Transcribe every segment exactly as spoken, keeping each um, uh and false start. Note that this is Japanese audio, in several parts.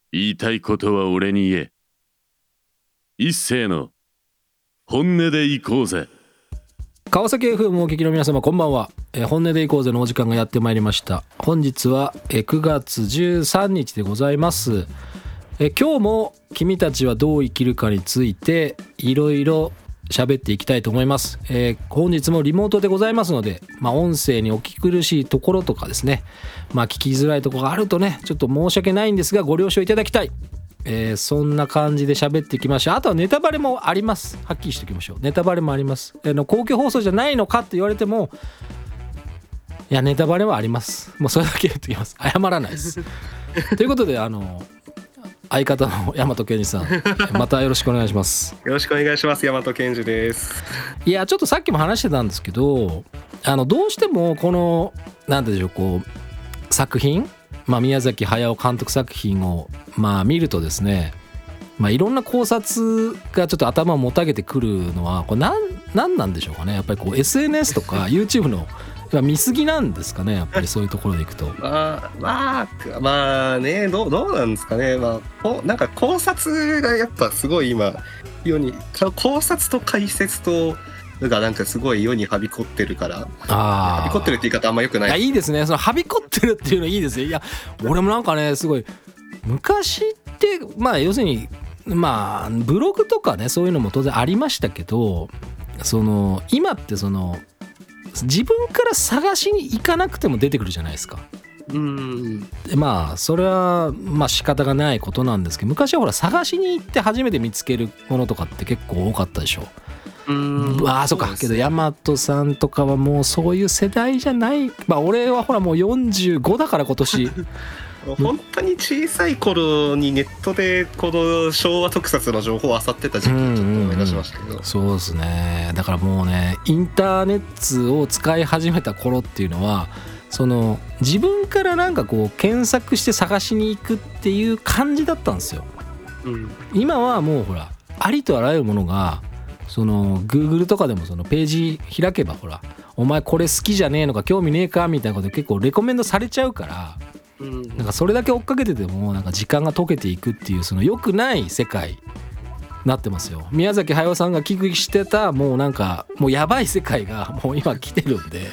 言いたいことは俺に言え。一斉の本音で行こうぜ。 川崎 エフエム をお聞きの皆様こんばんは。えー本音で行こうぜのお時間がやってまいりました。本日はえーくがつじゅうさんにちでございます。えー今日も君たちはどう生きるかについていろいろ喋っていきたいと思います。えー本日もリモートでございますので、まあ、音声にお聞き苦しいところとかですね、まあ、聞きづらいところがあるとねちょっと申し訳ないんですがご了承いただきたい。えーそんな感じで喋っていきましょう。あとはネタバレもあります。はっきりしておきましょう。ネタバレもあります。あの公共放送じゃないのかって言われてもいやネタバレはあります。もうそれだけ言っておきます。謝らないですということであの相方の大和健二さんまたよろしくお願いします。 よろしくお願いします。大和健二です。 いやちょっとさっきも話してたんですけどあのどうしてもこのなんていうんでしょうこう作品まあ、宮崎駿監督作品をまあ見るとですね、まあ、いろんな考察がちょっと頭をもたげてくるのはこれ 何, 何なんでしょうかね。やっぱりこう エスエヌエス とか YouTube の見過ぎなんですかね。やっぱりそういうところでいくとまあまあまあねどうどうなんですかね。まあこうなんか考察がやっぱすごい今世に考察と解説とがなんかすごい世にはびこってるからあはびこってるって言い方あんま良くない。 いやいいですね。そのはびこってるっていうのいいですよ。いや俺もなんかねすごい昔ってまあ要するにまあブログとかねそういうのも当然ありましたけどその今ってその自分から探しに行かなくても出てくるじゃないですか。 うんでまあそれはまあ仕方がないことなんですけど昔はほら探しに行って初めて見つけるものとかって結構多かったでしょ。 うんああそうかけど大和さんとかはもうそういう世代じゃない。まあ俺はほらもうよんじゅうごだから今年本当に小さい頃にネットでこの昭和特撮の情報を漁ってた時期をちょっと思い出しましたけど、 うんうんうん、そうですね。だからもうねインターネットを使い始めた頃っていうのはその自分からなんかこう検索して探しに行くっていう感じだったんですよ、 うん、 今はもうほらありとあらゆるものがその Google とかでもそのページ開けばほらお前これ好きじゃねえのか興味ねえかみたいなことで結構レコメンドされちゃうからうん、 なんかそれだけ追っかけててもなんか時間が溶けていくっていうその良くない世界になってますよ。宮崎駿さんが危惧してたもうなんかもうやばい世界がもう今来てるんで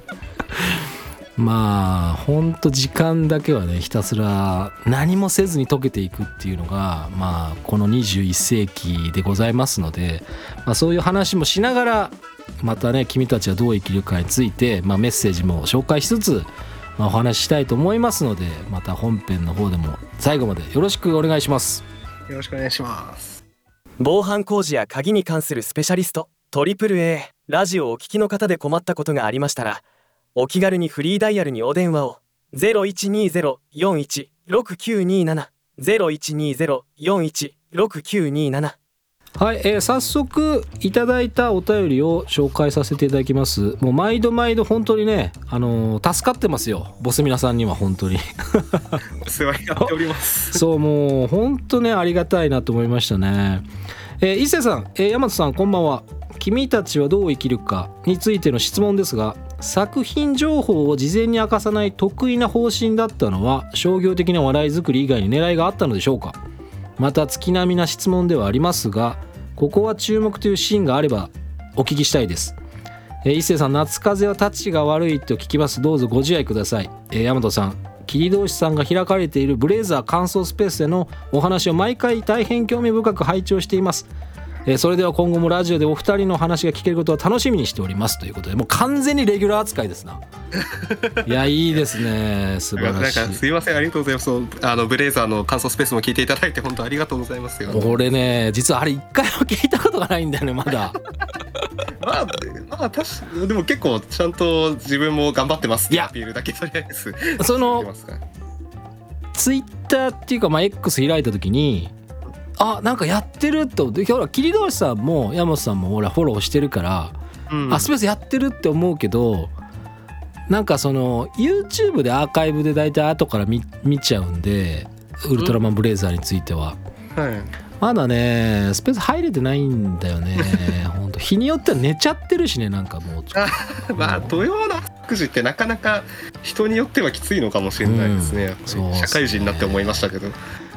まあほんと時間だけはねひたすら何もせずに溶けていくっていうのがまあこのにじゅういっせいきでございますので、まあ、そういう話もしながらまたね君たちはどう生きるかについて、まあ、メッセージも紹介しつつ、まあ、お話ししたいと思いますのでまた本編の方でも最後までよろしくお願いします。 よろしくお願いします。 防犯工事や鍵に関するスペシャリスト トリプルエー ラジオをお聞きの方で困ったことがありましたらお気軽にフリーダイヤルにお電話を ゼロいちにゼロ よんいち ろくきゅうになな ゼロいちにゼロ よんいち ろくきゅうになな。 はい、えー、早速いただいたお便りを紹介させていただきます。もう毎度毎度本当にね、あのー、助かってますよボス皆さんには本当にお世話になっておりますそうもう本当ねありがたいなと思いましたね。えー、伊勢さん、えー、大和さんこんばんは。君たちはどう生きるかについての質問ですが作品情報を事前に明かさない得意な方針だったのは商業的な話題作り以外に狙いがあったのでしょうか。また月並みな質問ではありますがここは注目というシーンがあればお聞きしたいです。えー、伊勢さん夏風はタチが悪いと聞きます。どうぞご自愛ください。えー、大和さん切通さんが開かれているブレイザー感想スペースでのお話を毎回大変興味深く拝聴しています。えー、それでは今後もラジオでお二人の話が聞けることを楽しみにしておりますということでもう完全にレギュラー扱いですないやいいですね素晴らしい。 なんかすいませんありがとうございます。あのブレイザーの感想スペースも聞いていただいて本当ありがとうございますよ。 俺ね実はあれ一回も聞いたことがないんだよねまだまあまあ確かでも結構ちゃんと自分も頑張ってますってアピールだけとりあえずそのツイッターっていうかまあ X 開いた時にあなんかやってるとでほら桐通さんも山本さんもほらフォローしてるから、うん、あスペースやってるって思うけどなんかその YouTube でアーカイブで大体後から 見, 見ちゃうんでウルトラマンブレイザーについては、うんはい、まだねスペース入れてないんだよね本当日によっては寝ちゃってるしねなんかもうちょっとまあ土曜のくじってなかなか人によってはきついのかもしれないですね、うん、そう社会人になって思いましたけど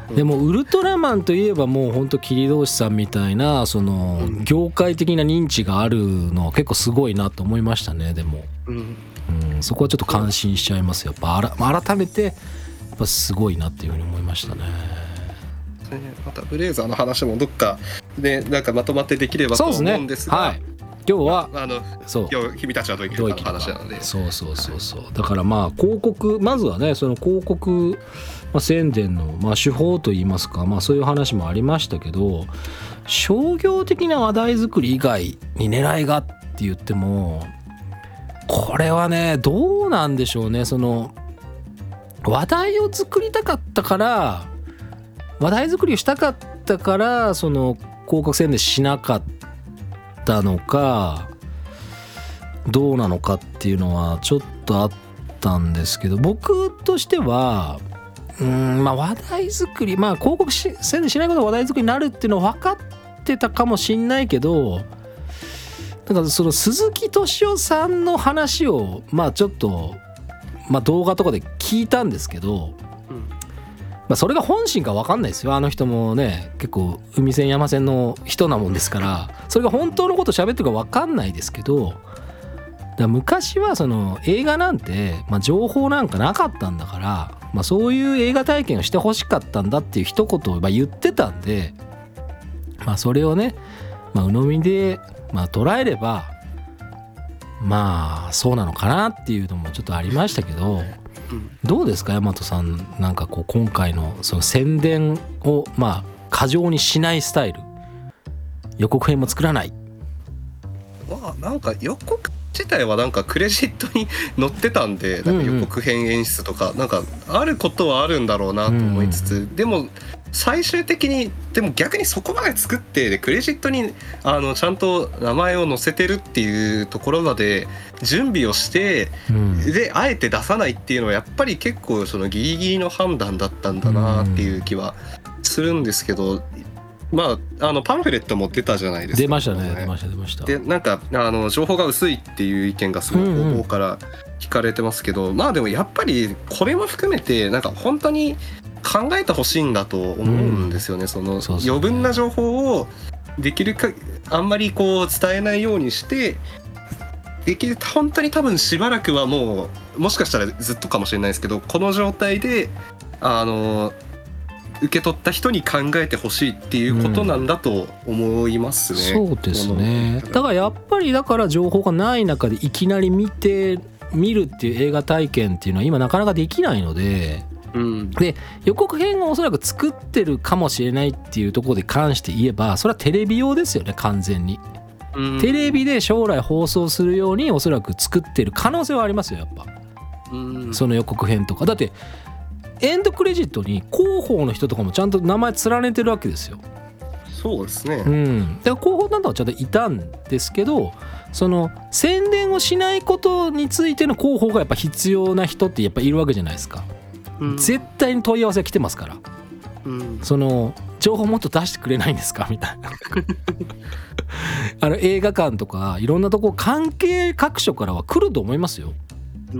でもウルトラマンといえばもうほんと桐通さんみたいなその業界的な認知があるのは結構すごいなと思いましたね。でも、 うんうん、そこはちょっと感心しちゃいますよ。やっぱ改めてやっぱすごいなっていうふうに思いましたね。 またブレイザーの話もどっかでなんかまとまってできればと思うんですが、 はい、今日は、 まあ、あのそう今日君たちはどう生きるかの話なので、 そうそうそうそう、だからまあ広告、まずはねその広告、まあ、宣伝のまあ手法といいますか、まあそういう話もありましたけど、商業的な話題作り以外に狙いがって言ってもこれはねどうなんでしょうね。その話題を作りたかったから話題作りをしたかったからその広告宣伝しなかったのかどうなのかっていうのはちょっとあったんですけど、僕としてはうーんまあ話題作り、まあ広告宣伝しないことが話題作りになるっていうのは分かってたかもしんないけど、なんかその鈴木敏夫さんの話をまあちょっとまあ動画とかで聞いたんですけど、まあ、それが本心か分かんないですよ。あの人もね結構海線山線の人なもんですから、それが本当のこと喋ってるか分かんないですけど、だから昔はその映画なんて、まあ、情報なんかなかったんだから、まあ、そういう映画体験をしてほしかったんだっていう一言をまあ言ってたんで、まあ、それをね、まあ、鵜呑みでまあ捉えればまあそうなのかなっていうのもちょっとありましたけど、どうですか大和さん、なんかこう今回のその宣伝をまあ過剰にしないスタイル、予告編も作らない、 まあなんか予告自体はなんかクレジットに載ってたんで、なんか予告編演出とかなんかあることはあるんだろうなと思いつつ、でも最終的にでも逆にそこまで作ってでクレジットにあのちゃんと名前を載せてるっていうところまで準備をして、うん、であえて出さないっていうのはやっぱり結構そのギリギリの判断だったんだなっていう気はするんですけど、まああのパンフレットも出たじゃないですか。 出ましたね、出ました出ました。 でなんかあの情報が薄いっていう意見がすごい方々から聞かれてますけど、うんうん、まあでもやっぱりこれも含めてなんか本当に考えてほしいんだと思うんですよね、うん、その余分な情報をできるかあんまりこう伝えないようにしてできる本当に多分しばらくはもうもしかしたらずっとかもしれないですけどこの状態であの受け取った人に考えてほしいっていうことなんだと思いますね、 うん、そうですね。だからやっぱりだから情報がない中でいきなり見て見るっていう映画体験っていうのは今なかなかできないので、うん、で予告編をおそらく作ってるかもしれないっていうところで関して言えばそれはテレビ用ですよね完全に、うん、テレビで将来放送するようにおそらく作ってる可能性はありますよやっぱ、うん、その予告編とかだってエンドクレジットに広報の人とかもちゃんと名前連ねてるわけですよ。 そうですね、 うん、で広報担当はちゃんといたんですけどその宣伝をしないことについての広報がやっぱ必要な人ってやっぱいるわけじゃないですか、うん、絶対に問い合わせが来てますから、うん、その情報もっと出してくれないんですかみたいなあの映画館とかいろんなとこ関係各所からは来ると思いますよ、うん、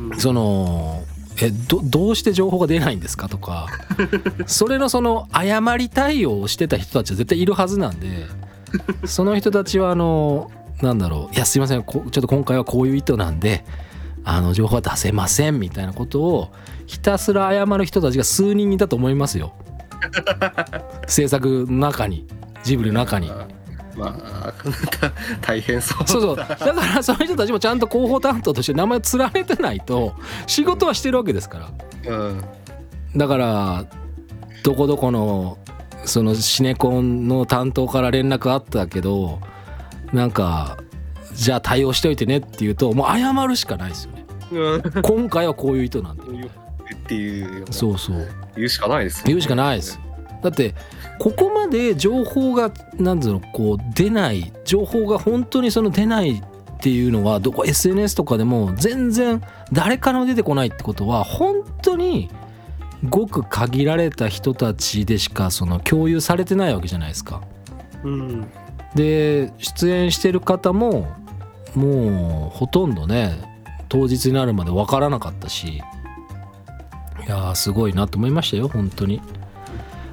そのえ ど, どうして情報が出ないんですかとかそれのその誤り対応をしてた人たちは絶対いるはずなんでその人たちはあのなんだろういやすいませんちょっと今回はこういう意図なんであの情報は出せませんみたいなことをひたすら謝る人たちが数人いたと思いますよ制作の中にジブリの中に。 まあなんか大変そう。 そうそうだからその人たちもちゃんと広報担当として名前連ねてないと仕事はしてるわけですから、うん、だからどこどこのそのシネコンの担当から連絡あったけどなんかじゃあ対応しておいてねって言うともう謝るしかないですよね、うん、今回はこういう意図なんでっていうそうそう言うしかないですね。 言うしかないです。だってここまで情報がなんていうのこう出ない情報が本当にその出ないっていうのはどこ エスエヌエス とかでも全然誰からも出てこないってことは本当にごく限られた人たちでしかその共有されてないわけじゃないですか、うん、で出演してる方ももうほとんどね当日になるまで分からなかったしいやすごいなと思いましたよ本当に。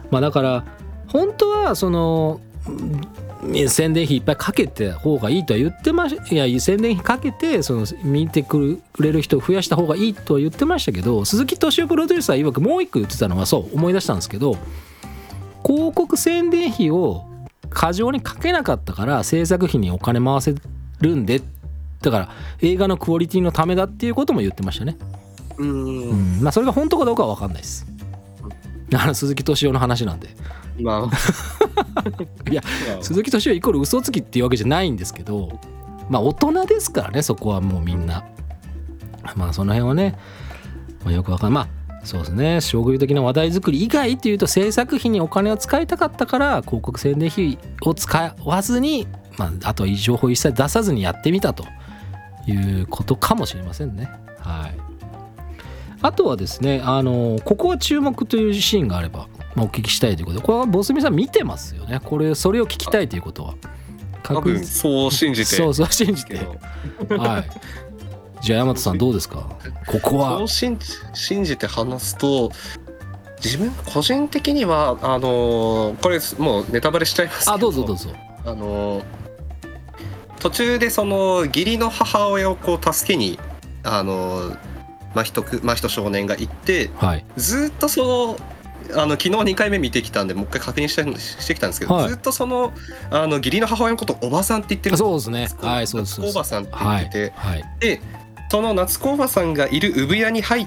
まあだから本当はその宣伝費いっぱいかけて方がいいとは言ってましいや宣伝費かけてその見てくれる人を増やした方がいいとは言ってましたけど、鈴木敏夫プロデューサー曰くもう一個言ってたのは、そう思い出したんですけど、広告宣伝費を過剰にかけなかったから制作費にお金回せるんで、だから映画のクオリティのためだっていうことも言ってましたね。 うーん、 うん、まあそれが本当かどうかは分かんないです。あの鈴木敏夫の話なんで。 まあいや鈴木敏夫イコール嘘つきっていうわけじゃないんですけど、まあ大人ですからね、そこはもうみんな。まあその辺はね、まあ、よくわかんない。まあそうですね、商業的な話題作り以外っていうと制作費にお金を使いたかったから広告宣伝費を使わずに、まあ、あとは情報一切出さずにやってみたということかもしれませんね。はい。あとはですね、あのここは注目というシーンがあれば、まあ、お聞きしたいということで、これはボスミさん見てますよね。これそれを聞きたいということは多分そう信じて、 そうそう信じてはい。じゃあ大和さんどうですか、ここは。 そう信じ信じて話すと、自分個人的にはあのこれもうネタバレしちゃいますけど、 あどうぞどうぞ。 あの途中でその義理の母親をこう助けにあの真人く真人少年が行って、 はい、 ずっとそのあの昨日にかいめ見てきたんでもう一回確認したしてきたんですけど、 はい、 ずっとそのあの義理の母親のことをおばさんって言ってるんです。 そうですね、はい、そうですおばさんって言ってて、 はいはい、 でその夏子おばさんがいる産屋に入って、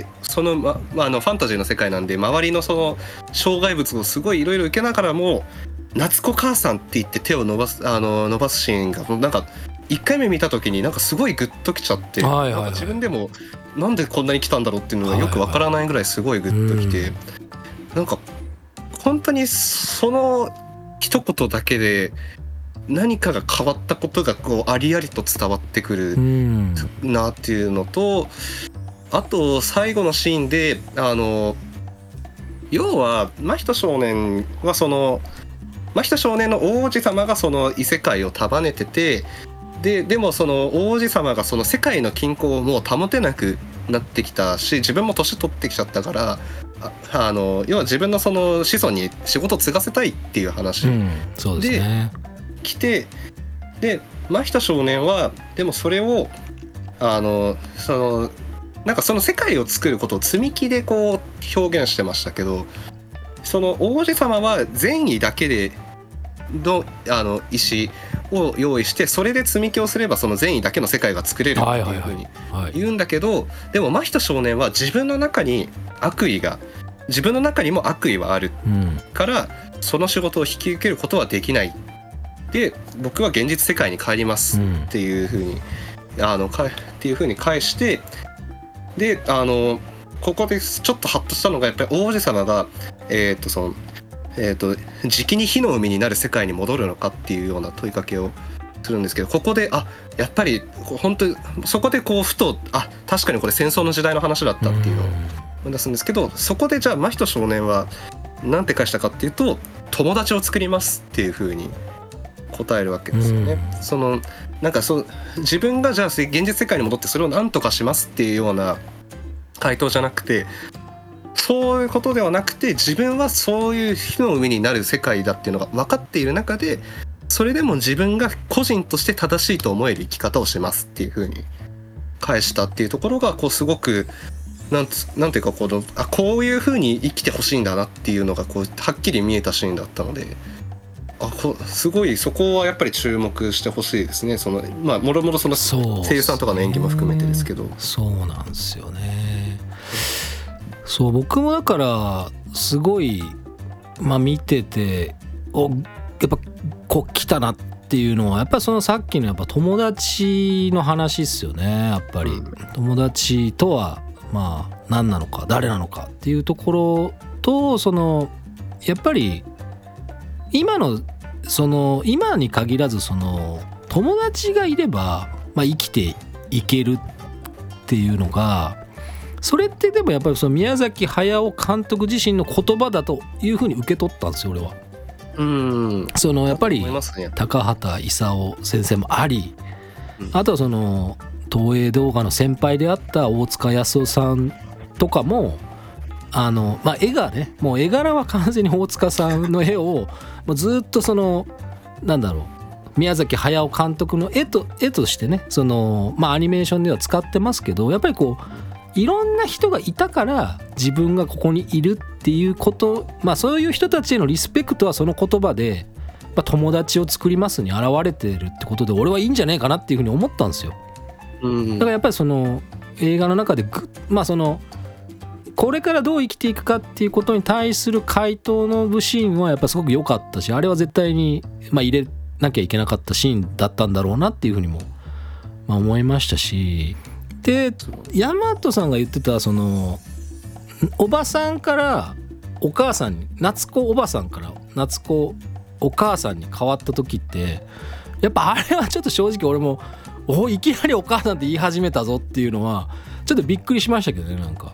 その、ま、あのファンタジーの世界なんで周りのその障害物をすごいいろいろ受けながらも夏子母さんって言って手を伸ばすあの伸ばすシーンがなんかいっかいめ見た時になんかすごいグッときちゃって、 はいはいはい、 なんか自分でもなんでこんなに来たんだろうっていうのがよくわからないぐらいすごいグッときて、はいはい、なんか本当にその一言だけで何かが変わったことがこうありありと伝わってくるなっていうのと、あと最後のシーンであの要は真人少年はその真人少年の王子様がその異世界を束ねてて、ででもその王子様がその世界の均衡をもう保てなくなってきたし、自分も年取ってきちゃったから、ああの要は自分のその子孫に仕事を継がせたいっていう話で、うん、 そうですね、 来て、で真人少年はでもそれをあのそのなんかその世界を作ることを積み木でこう表現してましたけど、その王子様は善意だけでのあの石を用意して、それで積み木をすればその善意だけの世界が作れるっていうふうに言うんだけど、でも真人少年は自分の中に悪意が自分の中にも悪意はあるから、うん、その仕事を引き受けることはできない。で僕は現実世界に帰りますっていうふうに、うん、あのかっていうふうに返して、であのここでちょっとハッとしたのがやっぱり王子様がえっとそのえっとじきに火の海になる世界に戻るのかっていうような問いかけをするんですけど、ここであやっぱり本当そこでこうふとあ確かにこれ戦争の時代の話だったっていうのを思い出すんですけど、そこでじゃあ真人少年はなんて返したかっていうと、友達を作りますっていうふうに答えるわけですよね。うん、そのなんかそう自分がじゃあ現実世界に戻ってそれを何とかしますっていうような回答じゃなくて、そういうことではなくて自分はそういう火の海になる世界だっていうのが分かっている中で、それでも自分が個人として正しいと思える生き方をしますっていうふうに返したっていうところがこうすごくなんつなんていうかこのあこういうふうに生きてほしいんだなっていうのがこうはっきり見えたシーンだったので。あこすごいそこはやっぱり注目してほしいですね。そのまあもろもろその声優さんとかの演技も含めてですけど、 そうなんですよね。そう僕もだからすごいまあ見てておやっぱこう来たなっていうのはやっぱりそのさっきのやっぱ友達の話ですよね。やっぱり、うん、友達とはまあ何なのか誰なのかっていうところと、そのやっぱり今のその今に限らずその友達がいればまあ生きていけるっていうのが、それってでもやっぱりその宮崎駿監督自身の言葉だというふうに受け取ったんですよ俺は。 うんそのやっぱり高畑勲先生もあり、あとはその東映動画の先輩であった大塚康夫さんとかもあのまあ絵がねもう絵柄は完全に大塚さんの絵をもうずっとそのなんだろう宮崎駿監督の絵と絵としてねそのまあアニメーションでは使ってますけどやっぱりこういろんな人がいたから自分がここにいるっていうことまあそういう人たちへのリスペクトはその言葉でまあ友達を作りますに現れてるってことで俺はいいんじゃないかなっていうふうに思ったんですよ。 うんだからやっぱりその映画の中でぐまあそのこれからどう生きていくかっていうことに対する回答の部シーンはやっぱすごく良かったしあれは絶対にまあ入れなきゃいけなかったシーンだったんだろうなっていうふうにもまあ思いましたしで大和さんが言ってたそのおばさんからお母さんに夏子おばさんから夏子お母さんに変わった時ってやっぱあれはちょっと正直俺もおいきなりお母さんって言い始めたぞっていうのはちょっとびっくりしましたけどねなんか。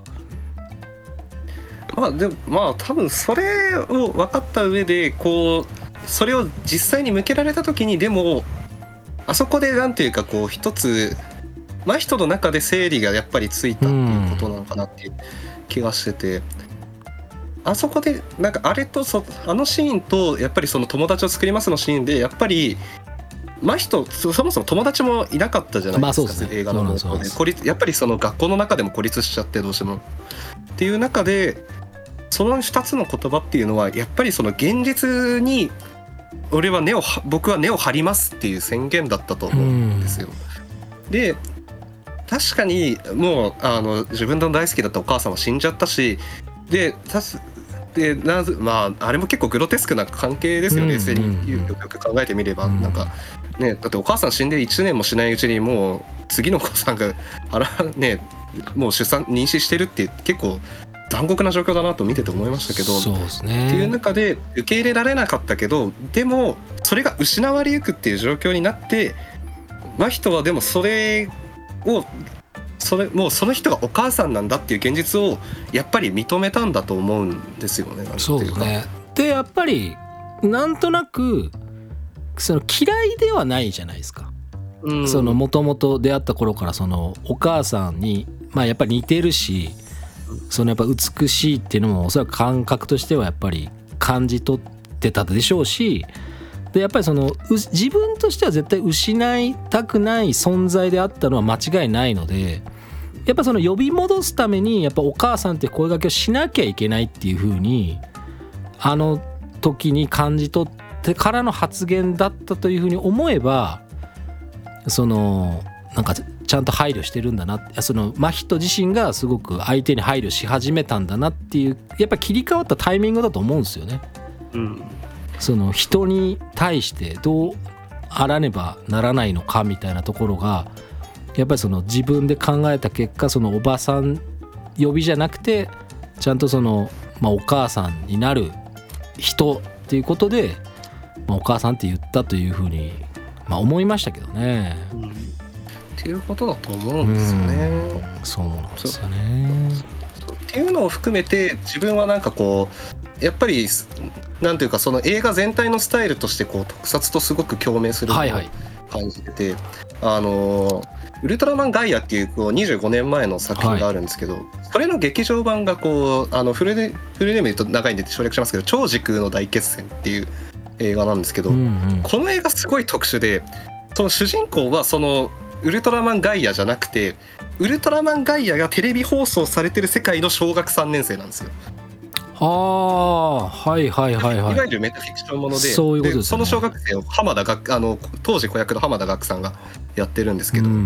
まあでもまあ多分それを分かった上でこうそれを実際に向けられた時にでもあそこでなんていうかこう一つ真人の中で整理がやっぱりついたっていうことなのかなっていう気がしてて、あそこでなんかあれとそあのシーンとやっぱりその友達を作りますのシーンでやっぱり真人そもそも友達もいなかったじゃないですか、 まあそうですね、 映画の中で孤立やっぱりその学校の中でも孤立しちゃってどうしてもっていう中でそのふたつの言葉っていうのはやっぱりその現実に俺は根を僕は根を張りますっていう宣言だったと思うんですよ。で確かにもうあの自分の大好きだったお母さんは死んじゃったしでたすでなぜまああれも結構グロテスクな関係ですよね、冷静によく考えてみれば、なんかねだってお母さん死んでいちねんもしないうちにもう次のお子さんがあらねもう出産妊娠してるって結構残酷な状況だなと見てて思いましたけど、 そうですね、 っていう中で受け入れられなかったけどでもそれが失われゆくっていう状況になって真人はでもそれをそれもうその人がお母さんなんだっていう現実をやっぱり認めたんだと思うんですよね。 そうですね。でやっぱりなんとなくその嫌いではないじゃないですか。 うん、 そのもともと出会った頃からそのお母さんにまあやっぱり似てるしそのやっぱ美しいっていうのもおそらく感覚としてはやっぱり感じ取ってたでしょうしでやっぱりその自分としては絶対失いたくない存在であったのは間違いないのでやっぱその呼び戻すためにやっぱお母さんって声掛けをしなきゃいけないっていう風にあの時に感じ取ってからの発言だったという風に思えばそのなんかちゃんと配慮してるんだなその真人自身がすごく相手に配慮し始めたんだなっていうやっぱ切り替わったタイミングだと思うんですよね。 うん、 その人に対してどうあらねばならないのかみたいなところがやっぱりその自分で考えた結果そのおばさん呼びじゃなくてちゃんとその、まあ、お母さんになる人っていうことで、まあ、お母さんって言ったというふうに、まあ、思いましたけどね。 うんっていうことだと思うんですよね。 うん、そうなんですよね。 っていうのを含めて自分はなんかこうやっぱりなんていうかその映画全体のスタイルとしてこう特撮とすごく共鳴するのを感じてて、はいはい、あのウルトラマンガイアっていうこうにじゅうごねんまえの作品があるんですけど、はい、それの劇場版がこうあのフルネフルネームで言うと長いんで省略しますけど超時空の大決戦っていう映画なんですけど、うんうん、この映画すごい特殊でその主人公はそのウルトラマンガイアじゃなくてウルトラマンガイアがテレビ放送されてる世界の小学さんねん生なんですよ。 ああはいはいはいはい。 いわゆるメタフィクションもので、 そういうことですね。でその小学生を浜田学あの当時子役の浜田岳さんがやってるんですけど、うんうん、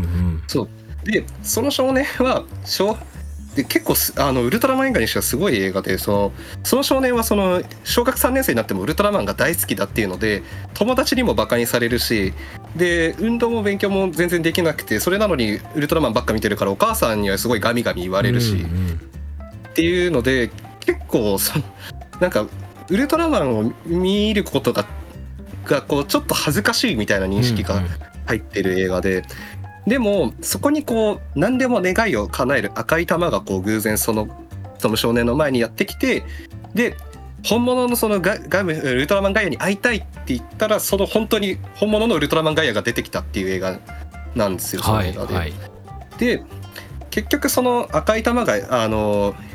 そうでその少年は小で結構あのウルトラマン映画にしてはすごい映画でそのその少年はその小学さんねん生になってもウルトラマンが大好きだっていうので友達にもバカにされるしで運動も勉強も全然できなくてそれなのにウルトラマンばっか見てるからお母さんにはすごいガミガミ言われるし、うんうん、っていうので結構そなんかウルトラマンを見ることががこうちょっと恥ずかしいみたいな認識が入ってる映画で、うんうんでもそこにこう何でも願いを叶える赤い玉がこう偶然そのその少年の前にやってきてで本物のそのガガムウルトラマンガイアに会いたいって言ったらその本当に本物のウルトラマンガイアが出てきたっていう映画なんですよその映画で、はいはい、で結局その赤い玉があの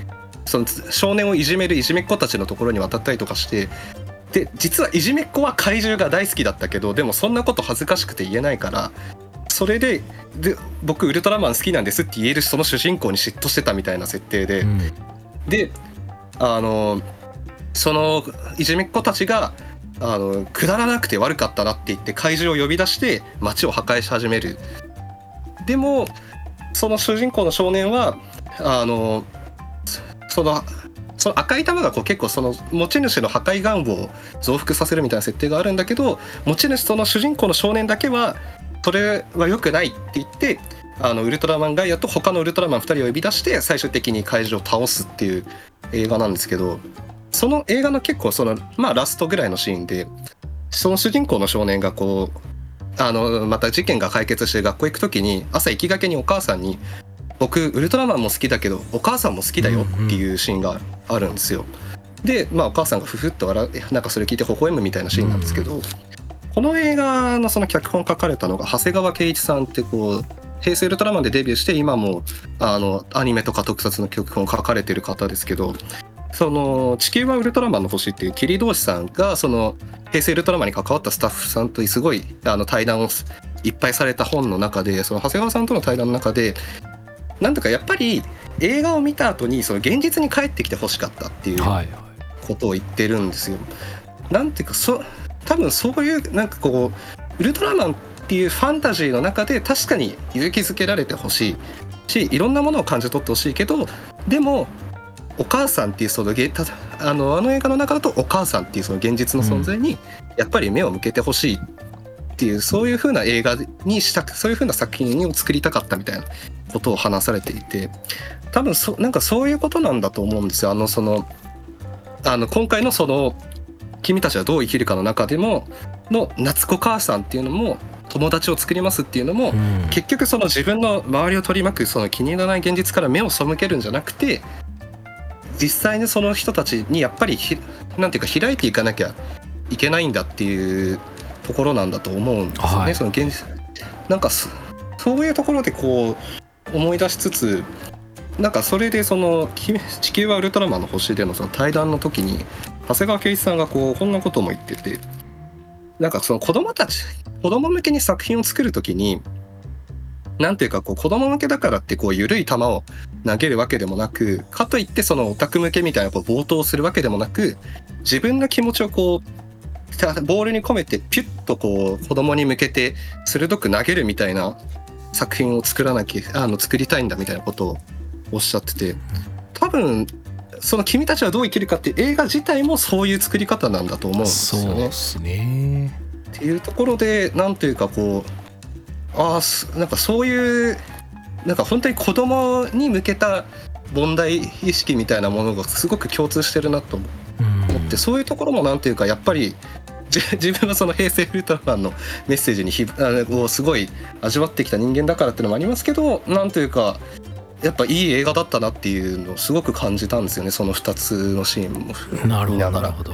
その少年をいじめるいじめっ子たちのところに渡ったりとかして、で実はいじめっ子は怪獣が大好きだったけど、でもそんなこと恥ずかしくて言えないから、それで、で僕ウルトラマン好きなんですって言えるその主人公に嫉妬してたみたいな設定で、うん、であのそのいじめっ子たちがあのくだらなくて悪かったなって言って怪獣を呼び出して街を破壊し始める。でもその主人公の少年はあのそのその赤い玉がこう結構その持ち主の破壊願望を増幅させるみたいな設定があるんだけど、持ち主その主人公の少年だけはそれは良くないって言って、あのウルトラマンガイアと他のウルトラマンふたりを呼び出して最終的に怪獣を倒すっていう映画なんですけど、その映画の結構そのまあラストぐらいのシーンで、その主人公の少年がこうあのまた事件が解決して学校行く時に朝行きがけにお母さんに僕ウルトラマンも好きだけどお母さんも好きだよっていうシーンがあるんですよ。でまあお母さんがフフッと笑う、なんかそれ聞いて微笑むみたいなシーンなんですけど、この映画のその脚本を書かれたのが長谷川圭一さんって、こう平成ウルトラマンでデビューして今もあのアニメとか特撮の脚本を書かれてる方ですけど、その地球はウルトラマンの星っていう桐堂さんがその平成ウルトラマンに関わったスタッフさんとすごいあの対談をいっぱいされた本の中で、その長谷川さんとの対談の中でなんとかやっぱり映画を見た後にその現実に帰ってきてほしかったっていうことを言ってるんですよ。なんていうかそ多分そういうなんかこうウルトラマンっていうファンタジーの中で確かに勇気づけられてほしいし、いろんなものを感じ取ってほしいけど、でもお母さんっていうそのあのあの映画の中だとお母さんっていうその現実の存在にやっぱり目を向けてほしいっていう、そういう風な映画にしたく、そういう風な作品を作りたかったみたいなことを話されていて、多分そなんかそういうことなんだと思うんですよ。あのそのあの今回のその君たちはどう生きるかの中でもの夏子母さんっていうのも友達を作りますっていうのも、うん、結局その自分の周りを取り巻くその気に入らない現実から目を背けるんじゃなくて、実際にその人たちにやっぱりなんていうか開いていかなきゃいけないんだっていうところなんだと思うんですよね、はい、その現実なんか そ, そういうところでこう思い出しつつ、なんかそれでその地球はウルトラマンの星でのその対談の時に長谷川圭一さんがこうこんなことも言ってて、なんかその子供たち子供向けに作品を作る時になんていうかこう子供向けだからってこう緩い球を投げるわけでもなく、かといってそのオタク向けみたいなこう冒頭するわけでもなく、自分の気持ちをこうボールに込めてピュッとこう子供に向けて鋭く投げるみたいな作品を作らなきゃあの作りたいんだみたいなことをおっしゃってて、多分その君たちはどう生きるかっていう映画自体もそういう作り方なんだと思うんですよね。 そうですね。 っていうところでなんていうかこうああなんかそういうなんか本当に子供に向けた問題意識みたいなものがすごく共通してるなと思って、そういうところもなんていうかやっぱり自分はその平成ウルトラマンのメッセージにひをすごい味わってきた人間だからっていうのもありますけど、なんというかやっぱいい映画だったなっていうのをすごく感じたんですよね、そのふたつのシーンも見ながら。なるほど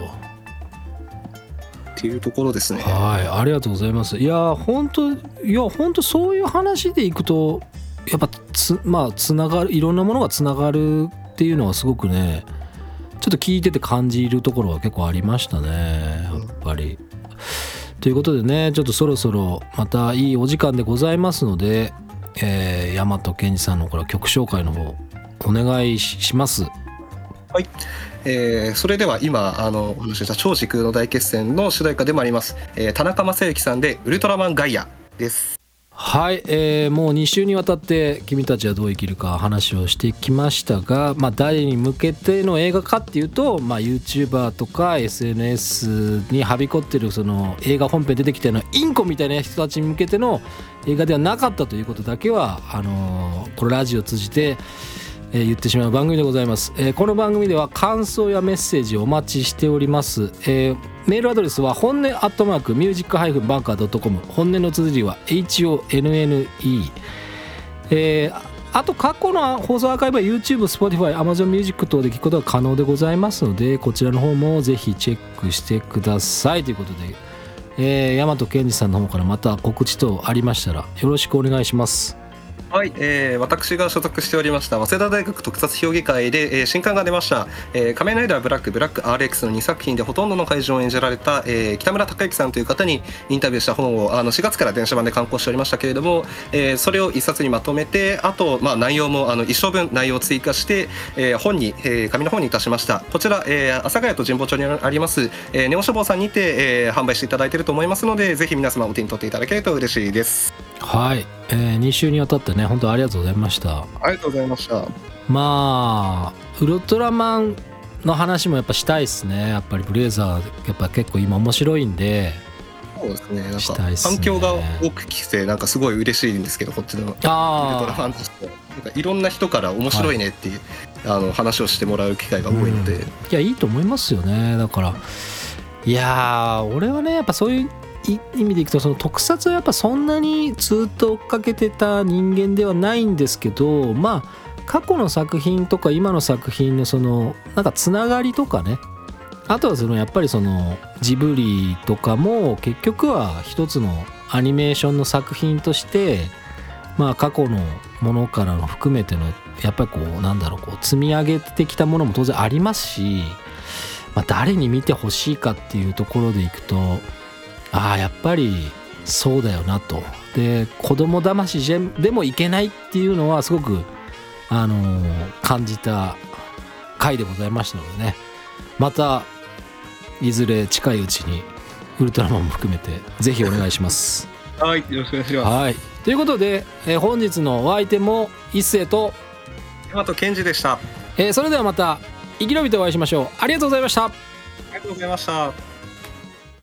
っていうところですね。 はい、ありがとうございます。いや本当いや本当そういう話でいくとやっぱつまあつながるいろんなものがつながるっていうのはすごくねちょっと聞いてて感じるところは結構ありましたねやっぱり、うん、ということでねちょっとそろそろまたいいお時間でございますので、えー、大和健二さんのこれ曲紹介の方お願いします。 はい、えー、それでは今あのお話しした超時空の大決戦の主題歌でもあります、えー、田中正幸さんでウルトラマンガイアです。 はい、えー、もうに週にわたって君たちはどう生きるか話をしてきましたが、まあ、誰に向けての映画かっていうと、まあ、YouTuber とか エスエヌエス にはびこってるその映画本編出てきたようなインコみたいな人たちに向けての映画ではなかったということだけはあのー、これラジオを通じてえー、言ってしまう番組でございます、えー、この番組では感想やメッセージをお待ちしております、えー、メールアドレスは本音アットマークミュージックハイフンバンカードットコム、本音の綴りは エイチオーエヌエヌイー、えー、あと過去の放送アーカイブは YouTube、Spotify、Amazon Music 等で聞くことが可能でございますので、こちらの方もぜひチェックしてくださいということで、えー、大和健二さんの方からまた告知等ありましたらよろしくお願いします。 はい、えー、私が所属しておりました早稲田大学特撮評議会で、えー、新刊が出ました、えー、仮面ライダーブラックブラック アールエックス のにさく品でほとんどの怪獣を演じられた、えー、北村隆之さんという方にインタビューした本をあのしがつから電子版で刊行しておりましたけれども、えー、それを一冊にまとめて、あと、まあ、内容もあの一章分内容を追加して、えー、本に、えー、紙の本にいたしました。こちら、えー、阿佐ヶ谷と神保町にあります、えー、ネオ書房さんにて、えー、販売していただいていると思いますので、ぜひ皆様お手に取っていただけると嬉しいです。 はい、えー、に週にわたってね本当ありがとうございました。 ありがとうございました。 まあウルトラマンの話もやっぱしたいですね。やっぱりブレイザーやっぱ結構今面白いんで。 そうですね、なんかしたいっすね。 反響が多く来てなんかすごい嬉しいんですけど、こっちのウルトラマンとしてなんかいろんな人から面白いねっていう、はい、あの話をしてもらう機会が多いので、うん、いやいいと思いますよね。だからいや俺はねやっぱそういう意味でいくとその特撮はやっぱそんなにずっと追っかけてた人間ではないんですけど、まあ過去の作品とか今の作品のそのなんかつながりとかね、あとはそのやっぱりそのジブリとかも結局は一つのアニメーションの作品としてまあ過去のものからの含めてのやっぱりこうなんだろうこう積み上げてきたものも当然ありますし、まあ誰に見てほしいかっていうところでいくとああやっぱりそうだよなと。で子供騙しでもいけないっていうのはすごくあのー、感じた回でございましたのでね、またいずれ近いうちにウルトラマンも含めてぜひお願いします。 はい、よろしくお願いします。 はい、ということで、えー、本日のお相手も一星と大和健二でした。 えー、それではまた生き延びてお会いしましょう。ありがとうございました。 ありがとうございました。